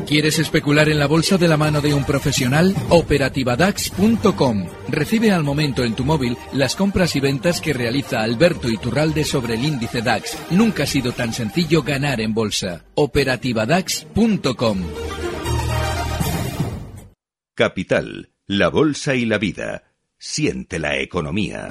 ¿Quieres especular en la bolsa de la mano de un profesional? Operativadax.com. Recibe al momento en tu móvil las compras y ventas que realiza Alberto Iturralde sobre el índice DAX. Nunca ha sido tan sencillo ganar en bolsa. Operativadax.com. Capital, la bolsa y la vida. Siente la economía.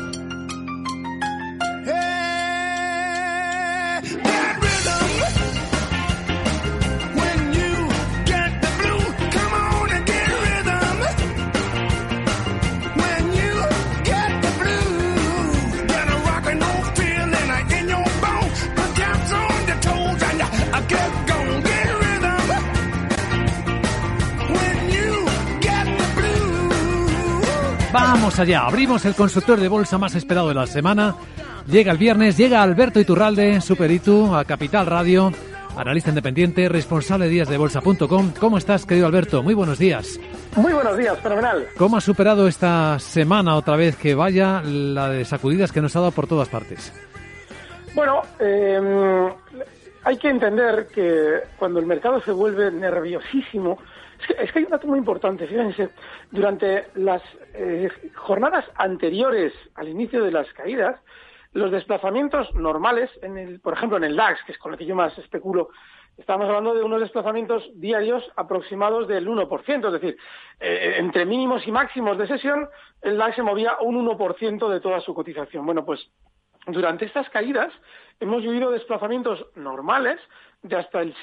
Vamos allá, abrimos el consultorio de bolsa más esperado de la semana. Llega el viernes, llega Alberto Iturralde, Superitu, a Capital Radio, analista independiente, responsable de díasdebolsa.com. ¿Cómo estás, querido Alberto? Muy buenos días. Muy buenos días, fenomenal. ¿Cómo has superado esta semana otra vez que vaya la de sacudidas que nos ha dado por todas partes? Bueno, hay que entender que cuando el mercado se vuelve nerviosísimo, es que hay un dato muy importante, fíjense, durante las jornadas anteriores al inicio de las caídas, los desplazamientos normales, por ejemplo en el DAX, que es con el que yo más especulo, estamos hablando de unos desplazamientos diarios aproximados del 1%, es decir, entre mínimos y máximos de sesión, el DAX se movía un 1% de toda su cotización. Bueno, pues durante estas caídas hemos vivido desplazamientos normales de hasta el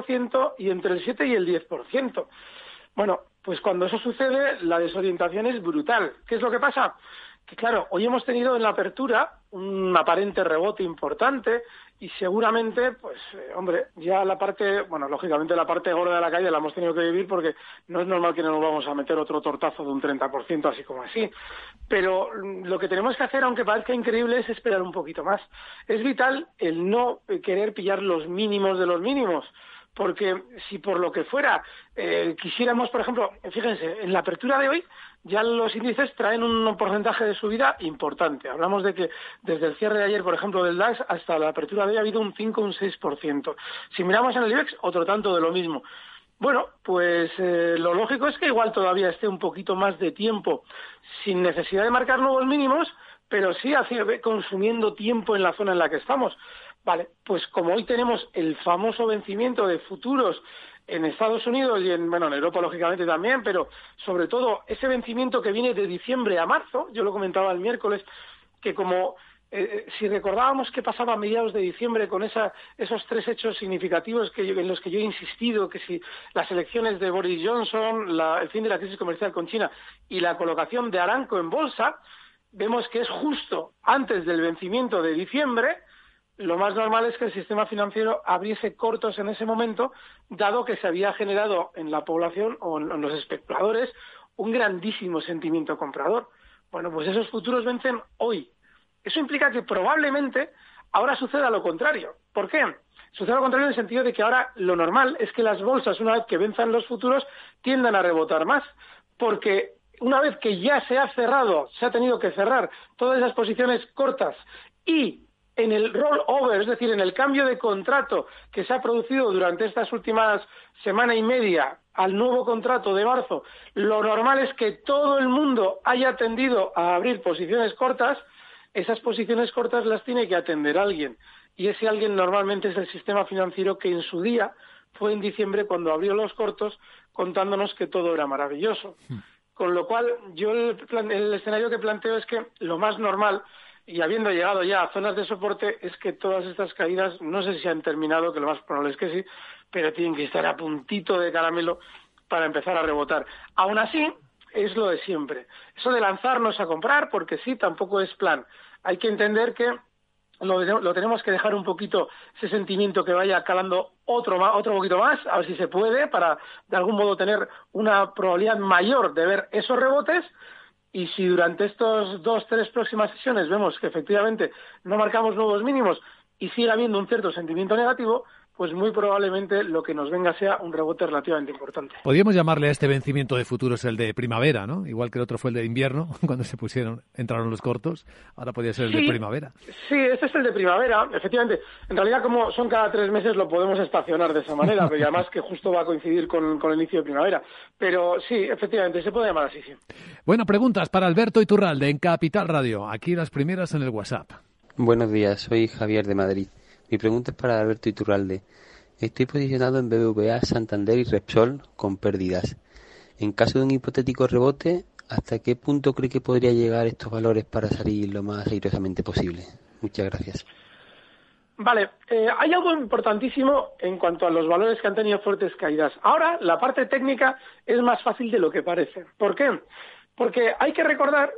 7% y entre el 7 y el 10%. Bueno, pues cuando eso sucede, la desorientación es brutal. ¿Qué es lo que pasa? Que claro, hoy hemos tenido en la apertura un aparente rebote importante y seguramente, pues, ya la parte, bueno, lógicamente la parte gorda de la caída la hemos tenido que vivir porque no es normal que no nos vamos a meter otro tortazo de un 30% así como así. Pero lo que tenemos que hacer, aunque parezca increíble, es esperar un poquito más. Es vital el no querer pillar los mínimos de los mínimos. Porque si por lo que fuera quisiéramos, por ejemplo, fíjense, en la apertura de hoy ya los índices traen un porcentaje de subida importante. Hablamos de que desde el cierre de ayer, por ejemplo, del DAX hasta la apertura de hoy ha habido un 5 o un 6%. Si miramos en el IBEX, otro tanto de lo mismo. Bueno, pues lo lógico es que igual todavía esté un poquito más de tiempo sin necesidad de marcar nuevos mínimos, pero sí consumiendo tiempo en la zona en la que estamos. Vale, pues como hoy tenemos el famoso vencimiento de futuros en Estados Unidos y en Europa lógicamente también, pero sobre todo ese vencimiento que viene de diciembre a marzo, yo lo comentaba el miércoles, que como si recordábamos qué pasaba a mediados de diciembre con esos tres hechos significativos en los que yo he insistido, que si las elecciones de Boris Johnson, el fin de la crisis comercial con China y la colocación de Aramco en bolsa, vemos que es justo antes del vencimiento de diciembre. Lo más normal es que el sistema financiero abriese cortos en ese momento, dado que se había generado en la población o en los especuladores un grandísimo sentimiento comprador. Bueno, pues esos futuros vencen hoy. Eso implica que probablemente ahora suceda lo contrario. ¿Por qué? Sucede lo contrario en el sentido de que ahora lo normal es que las bolsas, una vez que venzan los futuros, tiendan a rebotar más, porque una vez que ya se ha tenido que cerrar todas esas posiciones cortas y en el rollover, es decir, en el cambio de contrato que se ha producido durante estas últimas semana y media al nuevo contrato de marzo, lo normal es que todo el mundo haya tendido a abrir posiciones cortas. Esas posiciones cortas las tiene que atender alguien, y ese alguien normalmente es el sistema financiero que en su día fue en diciembre cuando abrió los cortos contándonos que todo era maravilloso. Con lo cual, yo el escenario que planteo es que lo más normal, y habiendo llegado ya a zonas de soporte, es que todas estas caídas, no sé si han terminado, que lo más probable es que sí, pero tienen que estar a puntito de caramelo para empezar a rebotar. Aún así, es lo de siempre. Eso de lanzarnos a comprar, porque sí, tampoco es plan. Hay que entender que lo tenemos que dejar un poquito, ese sentimiento que vaya calando otro poquito más, a ver si se puede, para de algún modo tener una probabilidad mayor de ver esos rebotes. Y si durante estos 2-3 próximas sesiones vemos que efectivamente no marcamos nuevos mínimos y sigue habiendo un cierto sentimiento negativo, pues muy probablemente lo que nos venga sea un rebote relativamente importante. Podríamos llamarle a este vencimiento de futuros el de primavera, ¿no? Igual que el otro fue el de invierno, cuando entraron los cortos, ahora podría ser el de primavera. Sí, este es el de primavera, efectivamente. En realidad, como son cada 3 meses, lo podemos estacionar de esa manera, pero además que justo va a coincidir con el inicio de primavera. Pero sí, efectivamente, se puede llamar así, sí. Bueno, preguntas para Alberto Iturralde en Capital Radio. Aquí las primeras en el WhatsApp. Buenos días, soy Javier de Madrid. Mi pregunta es para Alberto Iturralde. Estoy posicionado en BBVA, Santander y Repsol con pérdidas. En caso de un hipotético rebote, ¿hasta qué punto cree que podría llegar estos valores para salir lo más airosamente posible? Muchas gracias. Vale, hay algo importantísimo en cuanto a los valores que han tenido fuertes caídas. Ahora, la parte técnica es más fácil de lo que parece. ¿Por qué? Porque hay que recordar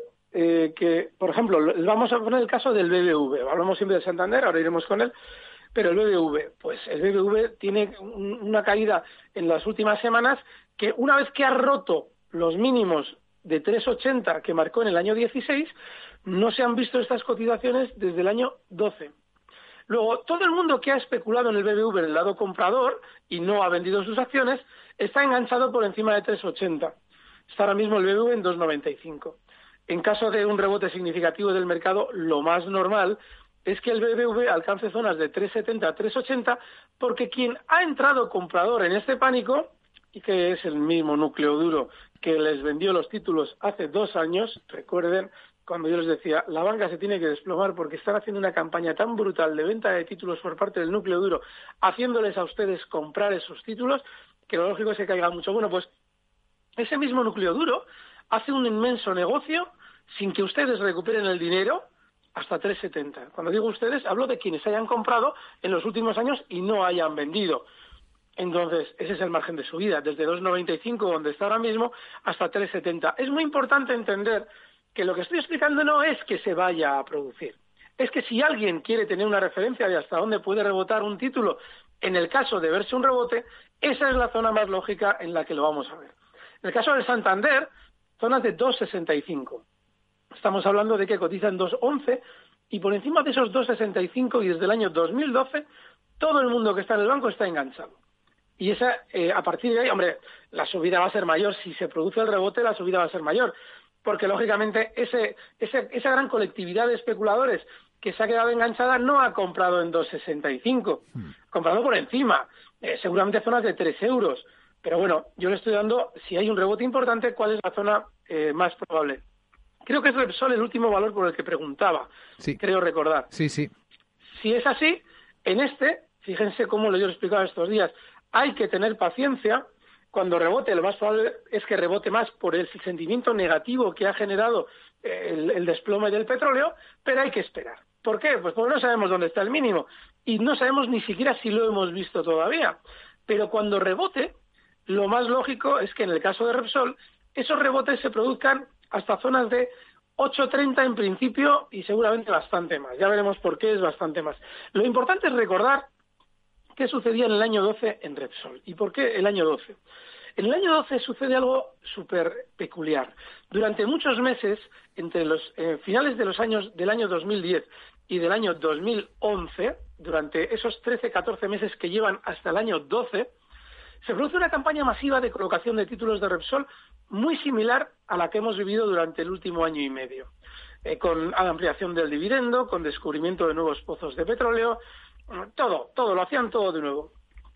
que, por ejemplo, vamos a poner el caso del BBV. Hablamos siempre de Santander, ahora iremos con él. Pero el BBV, pues el BBV tiene una caída en las últimas semanas que una vez que ha roto los mínimos de 3,80 que marcó en el año 16, no se han visto estas cotizaciones desde el año 12. Luego, todo el mundo que ha especulado en el BBV en el lado comprador y no ha vendido sus acciones, está enganchado por encima de 3,80. Está ahora mismo el BBV en 2,95. En caso de un rebote significativo del mercado, lo más normal es que el BBV alcance zonas de 3,70 a 3,80, porque quien ha entrado comprador en este pánico, y que es el mismo núcleo duro que les vendió los títulos hace 2 años, recuerden, cuando yo les decía, la banca se tiene que desplomar porque están haciendo una campaña tan brutal de venta de títulos por parte del núcleo duro, haciéndoles a ustedes comprar esos títulos, que lo lógico es que caiga mucho. Bueno, pues ese mismo núcleo duro hace un inmenso negocio sin que ustedes recuperen el dinero hasta 3,70. Cuando digo ustedes, hablo de quienes hayan comprado en los últimos años y no hayan vendido. Entonces, ese es el margen de subida, desde 2,95, donde está ahora mismo, hasta 3,70. Es muy importante entender que lo que estoy explicando no es que se vaya a producir. Es que si alguien quiere tener una referencia de hasta dónde puede rebotar un título, en el caso de verse un rebote, esa es la zona más lógica en la que lo vamos a ver. En el caso del Santander, zonas de 2,65. Estamos hablando de que cotiza en 2,11 y por encima de esos 2,65 y desde el año 2012, todo el mundo que está en el banco está enganchado. Y esa, a partir de ahí, hombre, la subida va a ser mayor. Si se produce el rebote, la subida va a ser mayor. Porque, lógicamente, esa gran colectividad de especuladores que se ha quedado enganchada no ha comprado en 2,65. Ha comprado por encima, seguramente zonas de 3 euros. Pero bueno, yo le estoy dando, si hay un rebote importante, ¿cuál es la zona más probable? Creo que es Repsol el último valor por el que preguntaba, sí. Creo recordar. Sí. Si es así, en fíjense cómo yo lo he explicado estos días, hay que tener paciencia. Cuando rebote, lo más probable es que rebote más por el sentimiento negativo que ha generado el desplome del petróleo, pero hay que esperar. ¿Por qué? Pues porque no sabemos dónde está el mínimo y no sabemos ni siquiera si lo hemos visto todavía. Pero cuando rebote, lo más lógico es que en el caso de Repsol, esos rebotes se produzcan hasta zonas de 8,30 en principio y seguramente bastante más. Ya veremos por qué es bastante más. Lo importante es recordar qué sucedía en el año 12 en Repsol. ¿Y por qué el año 12? En el año 12 sucede algo súper peculiar. Durante muchos meses, entre los finales de los años del año 2010 y del año 2011, durante esos 13-14 meses que llevan hasta el año 12, se produce una campaña masiva de colocación de títulos de Repsol muy similar a la que hemos vivido durante el último año y medio, con ampliación del dividendo, con descubrimiento de nuevos pozos de petróleo, todo, lo hacían todo de nuevo.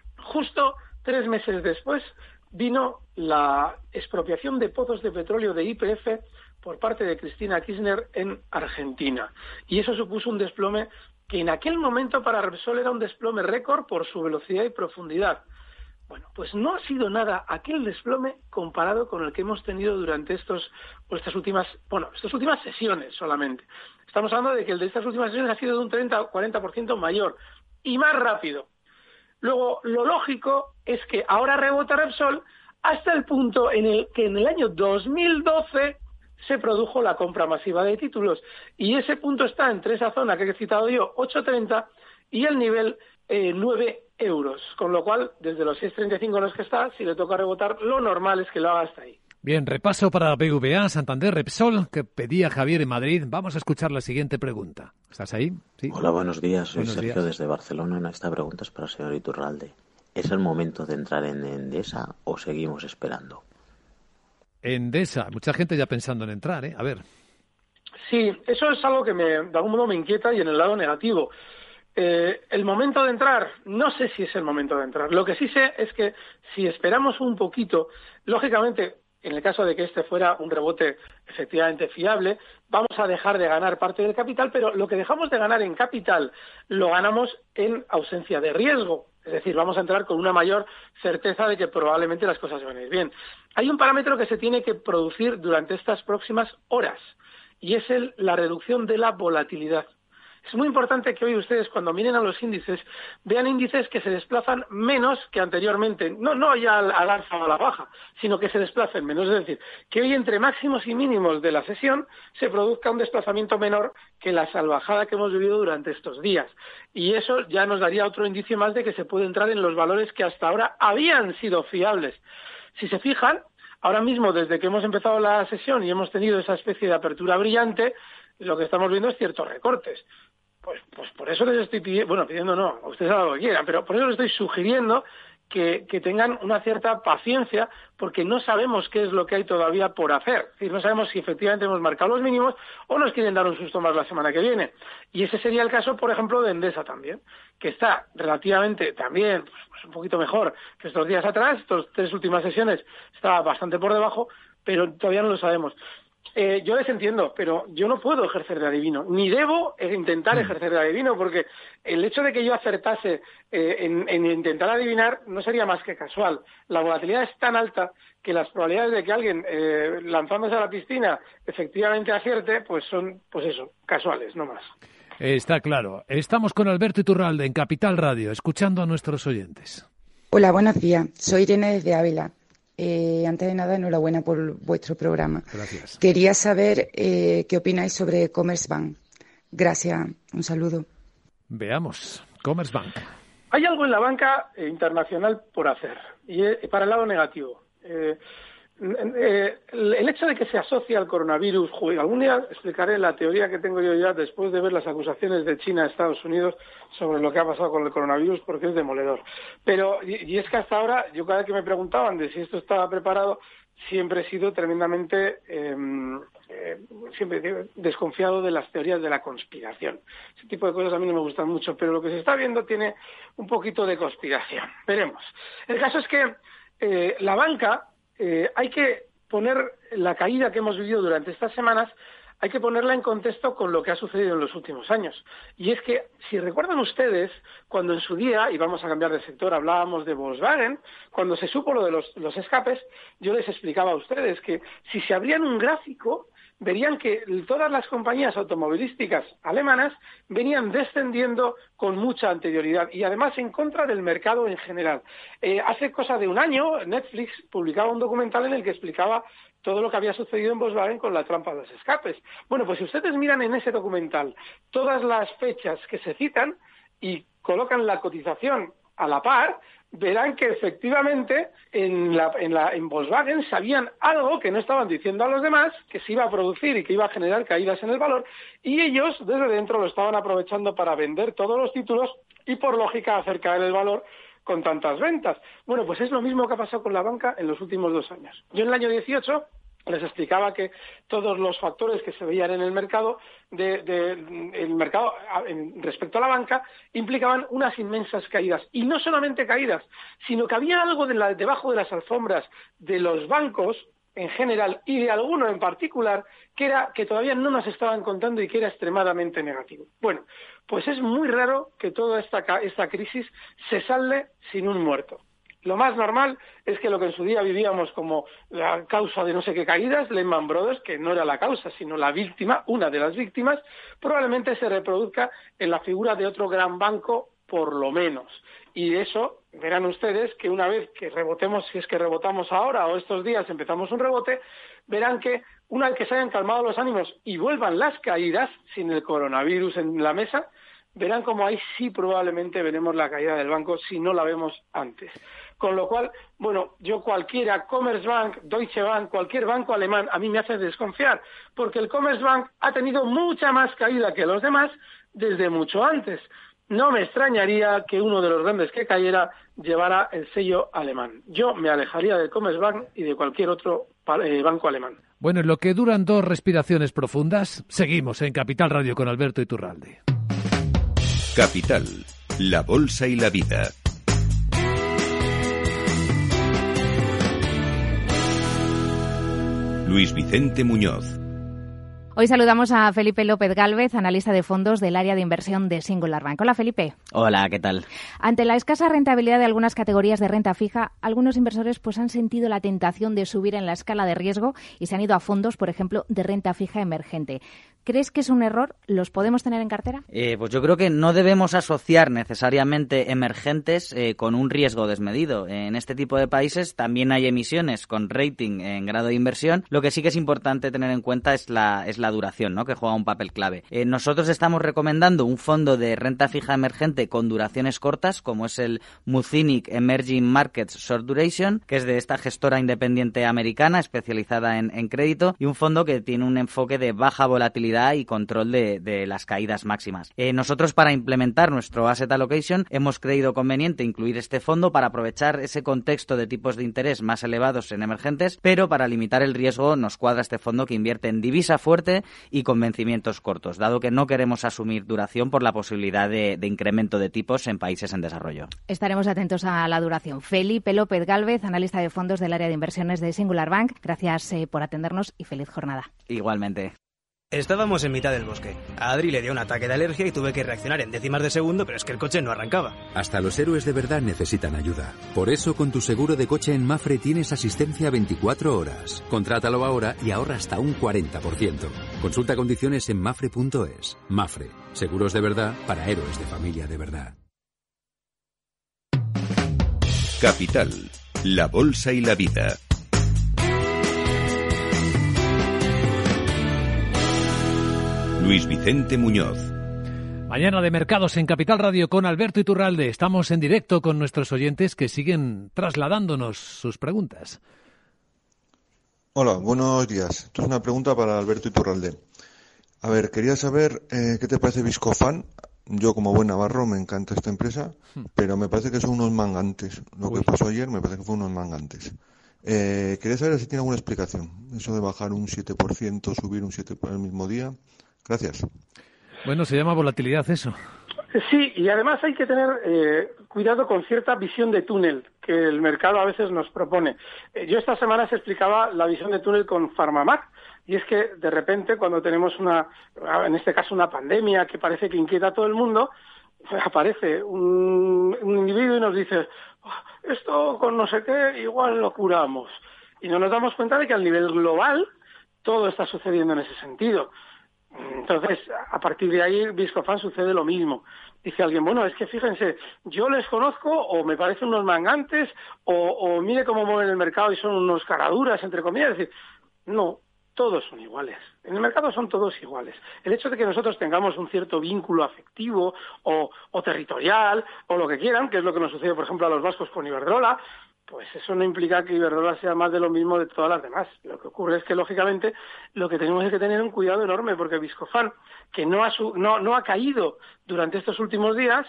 Justo 3 meses después vino la expropiación de pozos de petróleo de YPF por parte de Cristina Kirchner en Argentina. Y eso supuso un desplome que en aquel momento para Repsol era un desplome récord por su velocidad y profundidad. Bueno, pues no ha sido nada aquel desplome comparado con el que hemos tenido durante estas últimas sesiones solamente. Estamos hablando de que el de estas últimas sesiones ha sido de un 30 o 40% mayor y más rápido. Luego, lo lógico es que ahora rebota Repsol hasta el punto en el que en el año 2012 se produjo la compra masiva de títulos. Y ese punto está entre esa zona que he citado yo, 8,30, y el nivel 9 euros. Con lo cual, desde los 6,35 en los que está, si le toca rebotar, lo normal es que lo haga hasta ahí. Bien, repaso para BVA, Santander, Repsol, que pedía Javier en Madrid. Vamos a escuchar la siguiente pregunta. ¿Estás ahí? ¿Sí? Hola, buenos días. Soy Buenos Sergio días. desde Barcelona. Esta pregunta es para el señor Iturralde. ¿Es el momento de entrar en Endesa o seguimos esperando? Endesa, mucha gente ya pensando en entrar, ¿eh? A ver. Sí, eso es algo que de algún modo me inquieta y en el lado negativo. El momento de entrar, no sé si es el momento de entrar. Lo que sí sé es que si esperamos un poquito, lógicamente, en el caso de que este fuera un rebote efectivamente fiable, vamos a dejar de ganar parte del capital, pero lo que dejamos de ganar en capital lo ganamos en ausencia de riesgo. Es decir, vamos a entrar con una mayor certeza de que probablemente las cosas van a ir bien. Hay un parámetro que se tiene que producir durante estas próximas horas y es la reducción de la volatilidad. Es muy importante que hoy ustedes, cuando miren a los índices, vean índices que se desplazan menos que anteriormente. No ya al alza o a la baja, sino que se desplacen menos. Es decir, que hoy entre máximos y mínimos de la sesión se produzca un desplazamiento menor que la salvajada que hemos vivido durante estos días. Y eso ya nos daría otro indicio más de que se puede entrar en los valores que hasta ahora habían sido fiables. Si se fijan, ahora mismo, desde que hemos empezado la sesión y hemos tenido esa especie de apertura brillante, lo que estamos viendo es ciertos recortes. Pues por eso les estoy pidiendo no, ustedes hagan lo que quieran, pero por eso les estoy sugiriendo que tengan una cierta paciencia, porque no sabemos qué es lo que hay todavía por hacer. Es decir, no sabemos si efectivamente hemos marcado los mínimos o nos quieren dar un susto más la semana que viene. Y ese sería el caso, por ejemplo, de Endesa también, que está relativamente también pues un poquito mejor que estos días atrás. Estas 3 últimas sesiones estaba bastante por debajo, pero todavía no lo sabemos. Yo les entiendo, pero yo no puedo ejercer de adivino, ni debo intentar ejercer de adivino, porque el hecho de que yo acertase en intentar adivinar no sería más que casual. La volatilidad es tan alta que las probabilidades de que alguien lanzándose a la piscina efectivamente acierte, pues son, pues eso, casuales, no más. Está claro. Estamos con Alberto Iturralde en Capital Radio, escuchando a nuestros oyentes. Hola, buenos días. Soy Irene desde Ávila. Antes de nada, enhorabuena por vuestro programa. Gracias. Quería saber qué opináis sobre Commerzbank. Gracias, un saludo. Veamos, Commerzbank. Hay algo en la banca internacional por hacer, y para el lado negativo. El hecho de que se asocie al coronavirus, algún día explicaré la teoría que tengo yo ya después de ver las acusaciones de China a Estados Unidos sobre lo que ha pasado con el coronavirus, porque es demoledor. Pero, y es que hasta ahora, yo cada vez que me preguntaban de si esto estaba preparado, siempre he sido tremendamente siempre desconfiado de las teorías de la conspiración. Ese tipo de cosas a mí no me gustan mucho, pero lo que se está viendo tiene un poquito de conspiración. Veremos. El caso es que la banca, hay que poner la caída que hemos vivido durante estas semanas, hay que ponerla en contexto con lo que ha sucedido en los últimos años. Y es que, si recuerdan ustedes, cuando en su día, y vamos a cambiar de sector, hablábamos de Volkswagen, cuando se supo lo de los escapes, yo les explicaba a ustedes que si se abrían un gráfico, verían que todas las compañías automovilísticas alemanas venían descendiendo con mucha anterioridad y además en contra del mercado en general. Hace cosa de un año, Netflix publicaba un documental en el que explicaba todo lo que había sucedido en Volkswagen con la trampa de los escapes. Bueno, pues si ustedes miran en ese documental todas las fechas que se citan y colocan la cotización a la par, verán que efectivamente en Volkswagen sabían algo que no estaban diciendo a los demás, que se iba a producir y que iba a generar caídas en el valor, y ellos desde dentro lo estaban aprovechando para vender todos los títulos y por lógica hacer caer el valor con tantas ventas. Bueno, pues es lo mismo que ha pasado con la banca en los últimos 2 años. Yo en el año 18 les explicaba que todos los factores que se veían en el mercado, respecto a la banca, implicaban unas inmensas caídas. Y no solamente caídas, sino que había algo debajo de las alfombras de los bancos en general y de alguno en particular que todavía no nos estaban contando y que era extremadamente negativo. Bueno, pues es muy raro que toda esta crisis se salde sin un muerto. Lo más normal es que lo que en su día vivíamos como la causa de no sé qué caídas, Lehman Brothers, que no era la causa, sino la víctima, una de las víctimas, probablemente se reproduzca en la figura de otro gran banco, por lo menos. Y eso, verán ustedes que una vez que rebotemos, si es que rebotamos ahora o estos días empezamos un rebote, verán que una vez que se hayan calmado los ánimos y vuelvan las caídas, sin el coronavirus en la mesa, verán como ahí sí probablemente veremos la caída del banco si no la vemos antes. Con lo cual, bueno, yo cualquiera, Commerzbank, Deutsche Bank, cualquier banco alemán, a mí me hace desconfiar, porque el Commerzbank ha tenido mucha más caída que los demás desde mucho antes. No me extrañaría que uno de los grandes que cayera llevara el sello alemán. Yo me alejaría del Commerzbank y de cualquier otro banco alemán. Bueno, en lo que duran 2 respiraciones profundas, seguimos en Capital Radio con Alberto Iturralde. Capital, la bolsa y la vida. Luis Vicente Muñoz. Hoy saludamos a Felipe López Gálvez, analista de fondos del área de inversión de Singular Bank. Hola, Felipe. Hola, ¿qué tal? Ante la escasa rentabilidad de algunas categorías de renta fija, algunos inversores han sentido la tentación de subir en la escala de riesgo y se han ido a fondos, por ejemplo, de renta fija emergente. ¿Crees que es un error? ¿Los podemos tener en cartera? Pues yo creo que no debemos asociar necesariamente emergentes con un riesgo desmedido. En este tipo de países también hay emisiones con rating en grado de inversión. Lo que sí que es importante tener en cuenta es la duración, ¿no?, que juega un papel clave. Nosotros estamos recomendando un fondo de renta fija emergente con duraciones cortas, como es el Muzinich Emerging Markets Short Duration, que es de esta gestora independiente americana especializada en crédito, y un fondo que tiene un enfoque de baja volatilidad y control de las caídas máximas. Nosotros, para implementar nuestro Asset Allocation, hemos creído conveniente incluir este fondo para aprovechar ese contexto de tipos de interés más elevados en emergentes, pero para limitar el riesgo nos cuadra este fondo que invierte en divisa fuerte y con vencimientos cortos, dado que no queremos asumir duración por la posibilidad de incremento de tipos en países en desarrollo. Estaremos atentos a la duración. Felipe López Gálvez, analista de fondos del área de inversiones de Singular Bank. Gracias por atendernos y feliz jornada. Igualmente. Estábamos en mitad del bosque. A Adri le dio un ataque de alergia y tuve que reaccionar en décimas de segundo, pero es que el coche no arrancaba. Hasta los héroes de verdad necesitan ayuda. Por eso, con tu seguro de coche en Mafre tienes asistencia 24 horas. Contrátalo ahora y ahorra hasta un 40%. Consulta condiciones en mafre.es. Mafre. Seguros de verdad para héroes de familia de verdad. Capital, la bolsa y la vida. Luis Vicente Muñoz. Mañana de mercados en Capital Radio con Alberto Iturralde. Estamos en directo con nuestros oyentes que siguen trasladándonos sus preguntas. Hola, buenos días. Esto es una pregunta para Alberto Iturralde. A ver, quería saber qué te parece Viscofan. Yo, como buen navarro, me encanta esta empresa, pero me parece que son unos mangantes. Lo que pasó ayer me parece que fue unos mangantes. Quería saber si tiene alguna explicación. Eso de bajar un 7%, subir un 7% el mismo día. Gracias. Bueno, se llama volatilidad eso. Sí, y además hay que tener cuidado con cierta visión de túnel que el mercado a veces nos propone. Yo esta semana se explicaba la visión de túnel con Farmamar, y es que de repente cuando tenemos en este caso una pandemia que parece que inquieta a todo el mundo, aparece un individuo y nos dice, esto con no sé qué igual lo curamos. Y no nos damos cuenta de que al nivel global todo está sucediendo en ese sentido. Entonces, a partir de ahí, Viscofan sucede lo mismo. Dice alguien, bueno, es que fíjense, yo les conozco o me parecen unos mangantes o mire cómo mueven el mercado y son unos caraduras, entre comillas. Es decir, no, todos son iguales. En el mercado son todos iguales. El hecho de que nosotros tengamos un cierto vínculo afectivo o territorial o lo que quieran, que es lo que nos sucede, por ejemplo, a los vascos con Iberdrola, pues eso no implica que Iberdrola sea más de lo mismo de todas las demás. Lo que ocurre es que, lógicamente, lo que tenemos es que tener un cuidado enorme, porque Viscofan, que no ha caído durante estos últimos días,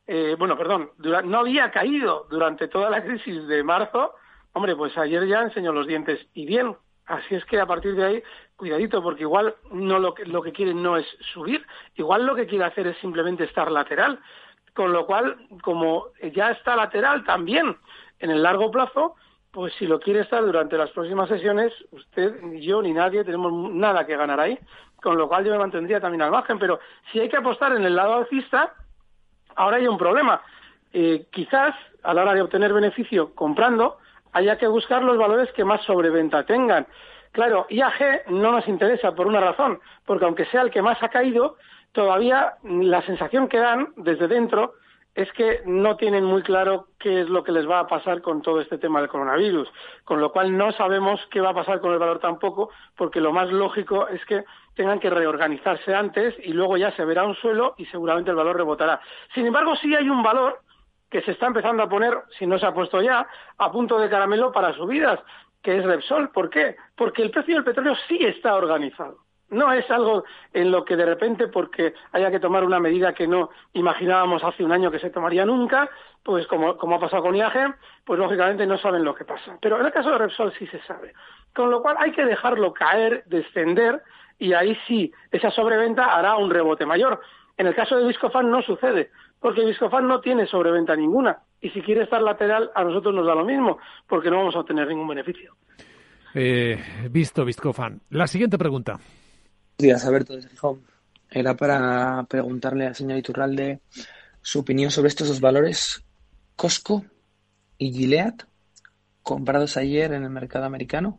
no había caído durante toda la crisis de marzo, hombre, pues ayer ya enseñó los dientes y bien. Así es que a partir de ahí, cuidadito, porque igual no lo que quiere no es subir, igual lo que quiere hacer es simplemente estar lateral. Con lo cual, como ya está lateral también en el largo plazo, pues si lo quiere estar durante las próximas sesiones, usted, ni yo, ni nadie tenemos nada que ganar ahí, con lo cual yo me mantendría también al margen. Pero si hay que apostar en el lado alcista, ahora hay un problema. Quizás, a la hora de obtener beneficio comprando, haya que buscar los valores que más sobreventa tengan. Claro, IAG no nos interesa por una razón, porque aunque sea el que más ha caído, todavía la sensación que dan desde dentro es que no tienen muy claro qué es lo que les va a pasar con todo este tema del coronavirus, con lo cual no sabemos qué va a pasar con el valor tampoco, porque lo más lógico es que tengan que reorganizarse antes y luego ya se verá un suelo y seguramente el valor rebotará. Sin embargo, sí hay un valor que se está empezando a poner, si no se ha puesto ya, a punto de caramelo para subidas, que es Repsol. ¿Por qué? Porque el precio del petróleo sí está organizado. No es algo en lo que de repente, porque haya que tomar una medida que no imaginábamos hace un año que se tomaría nunca, pues como ha pasado con IAG, pues lógicamente no saben lo que pasa. Pero en el caso de Repsol sí se sabe. Con lo cual hay que dejarlo caer, descender, y ahí sí, esa sobreventa hará un rebote mayor. En el caso de Viscofan no sucede, porque Viscofan no tiene sobreventa ninguna. Y si quiere estar lateral, a nosotros nos da lo mismo, porque no vamos a obtener ningún beneficio. Visto Viscofan. La siguiente pregunta. Buenos días, Alberto desde Gijón. Era para preguntarle al señor Iturralde su opinión sobre estos dos valores, Costco y Gilead, comprados ayer en el mercado americano,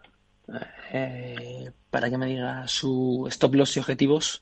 para que me diga su stop loss y objetivos,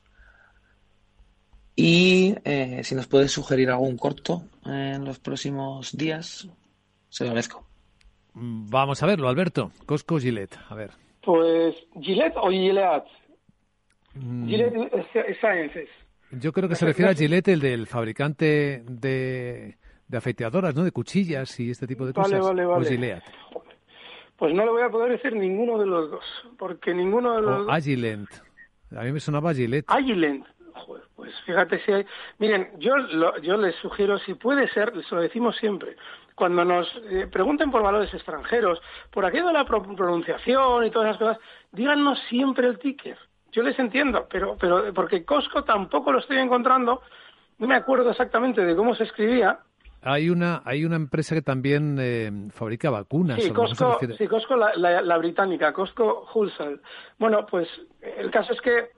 y si nos puede sugerir algún corto en los próximos días, se lo agradezco. Vamos a verlo, Alberto. Costco o Gilead, a ver. Pues Gilead o Gilead. Gilead Sciences. Yo creo que se refiere a Gillette, el del fabricante de afeitadoras, ¿no? De cuchillas y este tipo de cosas. Vale. O Gilead. Pues no le voy a poder decir ninguno de los dos, porque ninguno de los dos... Agilent. A mí me sonaba Gillette. Agilent. Joder, pues fíjate si hay... Miren, yo les sugiero, si puede ser, les lo decimos siempre, cuando nos pregunten por valores extranjeros, por aquello de la pronunciación y todas esas cosas, díganos siempre el ticker. Yo les entiendo, pero porque Costco tampoco lo estoy encontrando, no me acuerdo exactamente de cómo se escribía. Hay una empresa que también fabrica vacunas. Sí, Costco, la británica, Costco Wholesale. Bueno, pues el caso es que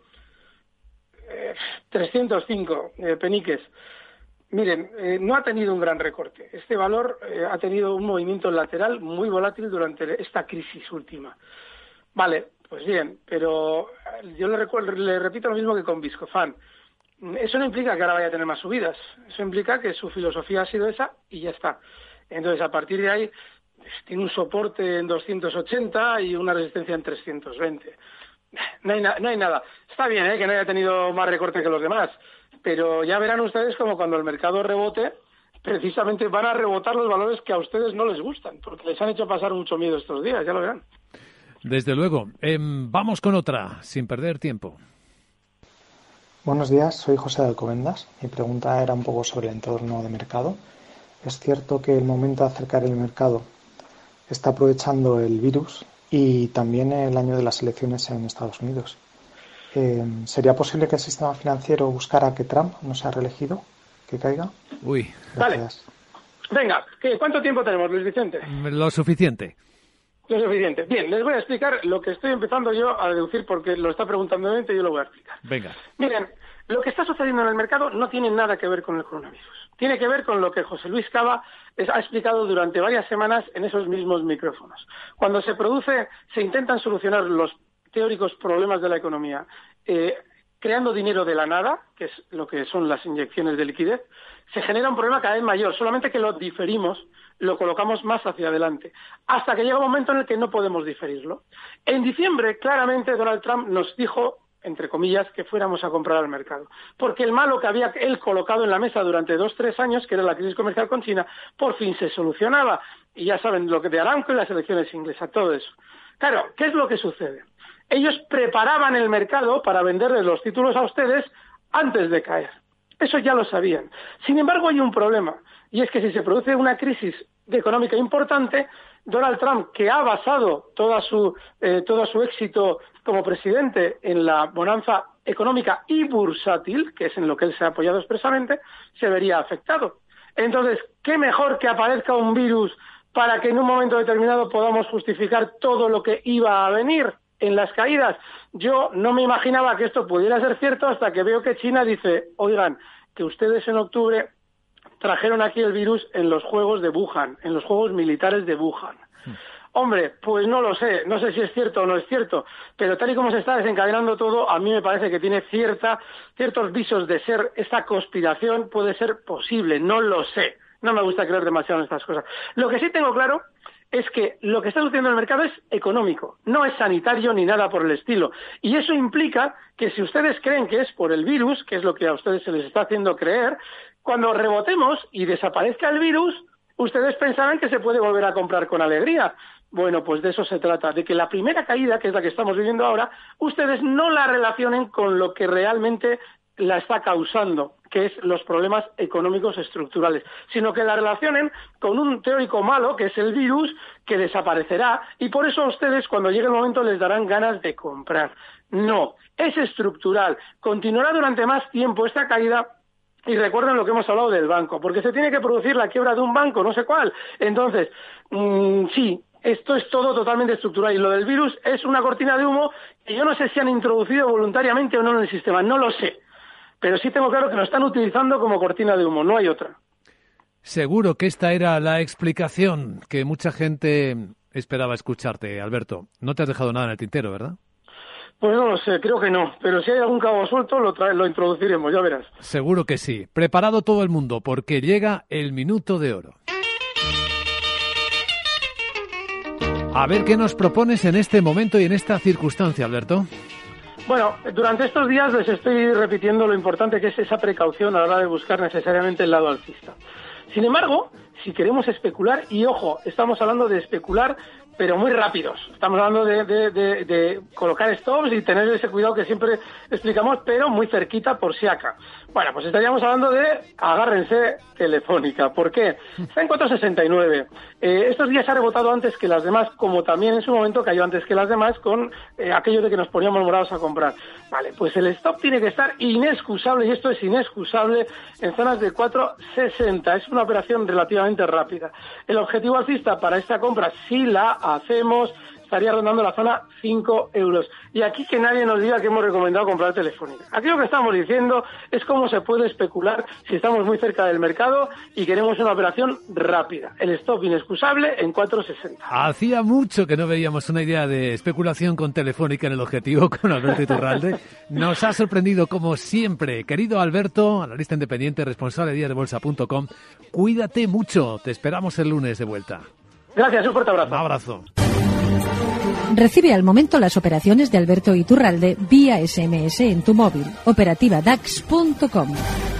305 peniques. Miren, no ha tenido un gran recorte. Este valor ha tenido un movimiento lateral muy volátil durante esta crisis última. Vale, pues bien, pero yo le repito lo mismo que con Viscofan. Eso no implica que ahora vaya a tener más subidas. Eso implica que su filosofía ha sido esa y ya está. Entonces, a partir de ahí, tiene un soporte en 280 y una resistencia en 320. No hay nada. Está bien que no haya tenido más recorte que los demás, pero ya verán ustedes como cuando el mercado rebote, precisamente van a rebotar los valores que a ustedes no les gustan, porque les han hecho pasar mucho miedo estos días, ya lo verán. Desde luego. Vamos con otra, sin perder tiempo. Buenos días, soy José de Alcobendas. Mi pregunta era un poco sobre el entorno de mercado. Es cierto que el momento de acercar el mercado está aprovechando el virus y también el año de las elecciones en Estados Unidos. ¿Sería posible que el sistema financiero buscara que Trump no sea reelegido? ¿Que caiga? Uy. Gracias. Vale. Venga, ¿cuánto tiempo tenemos, Luis Vicente? Lo suficiente. Lo suficiente. Bien, les voy a explicar lo que estoy empezando yo a deducir porque lo está preguntando Mente y yo lo voy a explicar. Venga. Miren, lo que está sucediendo en el mercado no tiene nada que ver con el coronavirus. Tiene que ver con lo que José Luis Cava ha explicado durante varias semanas en esos mismos micrófonos. Cuando se intentan solucionar los teóricos problemas de la economía, creando dinero de la nada, que es lo que son las inyecciones de liquidez, se genera un problema cada vez mayor, solamente que lo diferimos, lo colocamos más hacia adelante, hasta que llega un momento en el que no podemos diferirlo. En diciembre, claramente, Donald Trump nos dijo, entre comillas, que fuéramos a comprar al mercado, porque el malo que había él colocado en la mesa durante 2-3 años, que era la crisis comercial con China, por fin se solucionaba. Y ya saben lo que de Aramco y las elecciones inglesas, todo eso. Claro, ¿qué es lo que sucede? Ellos preparaban el mercado para venderles los títulos a ustedes antes de caer. Eso ya lo sabían. Sin embargo, hay un problema, y es que si se produce una crisis económica importante, Donald Trump, que ha basado todo su éxito como presidente en la bonanza económica y bursátil, que es en lo que él se ha apoyado expresamente, se vería afectado. Entonces, ¿qué mejor que aparezca un virus para que en un momento determinado podamos justificar todo lo que iba a venir en las caídas? Yo no me imaginaba que esto pudiera ser cierto hasta que veo que China dice, oigan, que ustedes en octubre trajeron aquí el virus en los Juegos de Wuhan, en los Juegos Militares de Wuhan. Hombre, pues no lo sé, no sé si es cierto o no es cierto, pero tal y como se está desencadenando todo, a mí me parece que tiene ciertos visos de ser esta conspiración, puede ser posible, no lo sé. No me gusta creer demasiado en estas cosas. Lo que sí tengo claro es que lo que está sucediendo en el mercado es económico, no es sanitario ni nada por el estilo. Y eso implica que si ustedes creen que es por el virus, que es lo que a ustedes se les está haciendo creer, cuando rebotemos y desaparezca el virus, ustedes pensarán que se puede volver a comprar con alegría. Bueno, pues de eso se trata, de que la primera caída, que es la que estamos viviendo ahora, ustedes no la relacionen con lo que realmente la está causando, que es los problemas económicos estructurales, sino que la relacionen con un teórico malo, que es el virus, que desaparecerá, y por eso a ustedes, cuando llegue el momento, les darán ganas de comprar. No, es estructural, continuará durante más tiempo esta caída. Y recuerden lo que hemos hablado del banco, porque se tiene que producir la quiebra de un banco, no sé cuál. Entonces, sí, esto es todo totalmente estructural, y lo del virus es una cortina de humo que yo no sé si han introducido voluntariamente o no en el sistema, no lo sé. Pero sí tengo claro que lo están utilizando como cortina de humo, no hay otra. Seguro que esta era la explicación que mucha gente esperaba escucharte, Alberto. No te has dejado nada en el tintero, ¿verdad? Pues no lo sé, creo que no. Pero si hay algún cabo suelto, lo introduciremos, ya verás. Seguro que sí. Preparado todo el mundo, porque llega el Minuto de Oro. A ver qué nos propones en este momento y en esta circunstancia, Alberto. Bueno, durante estos días les estoy repitiendo lo importante que es esa precaución a la hora de buscar necesariamente el lado alcista. Sin embargo, si queremos especular, y ojo, estamos hablando de especular, pero muy rápidos. Estamos hablando de colocar stops y tener ese cuidado que siempre explicamos, pero muy cerquita por si acá. Bueno, pues estaríamos hablando de, agárrense, Telefónica. ¿Por qué? Está en 4,69. Estos días ha rebotado antes que las demás, como también en su momento cayó antes que las demás con aquello de que nos poníamos morados a comprar. Vale, pues el stop tiene que estar inexcusable, y esto es inexcusable, en zonas de 4,60. Es una operación relativamente rápida. El objetivo alcista para esta compra, si la hacemos, estaría rondando la zona 5 euros. Y aquí que nadie nos diga que hemos recomendado comprar Telefónica. Aquí lo que estamos diciendo es cómo se puede especular si estamos muy cerca del mercado y queremos una operación rápida. El stop inexcusable en 4,60. Hacía mucho que no veíamos una idea de especulación con Telefónica en el objetivo con Alberto Iturralde. Nos ha sorprendido como siempre. Querido Alberto, analista independiente, responsable de díasdebolsa.com, cuídate mucho. Te esperamos el lunes de vuelta. Gracias, un fuerte abrazo. Un abrazo. Recibe al momento las operaciones de Alberto Iturralde vía SMS en tu móvil. Operativa DAX.com.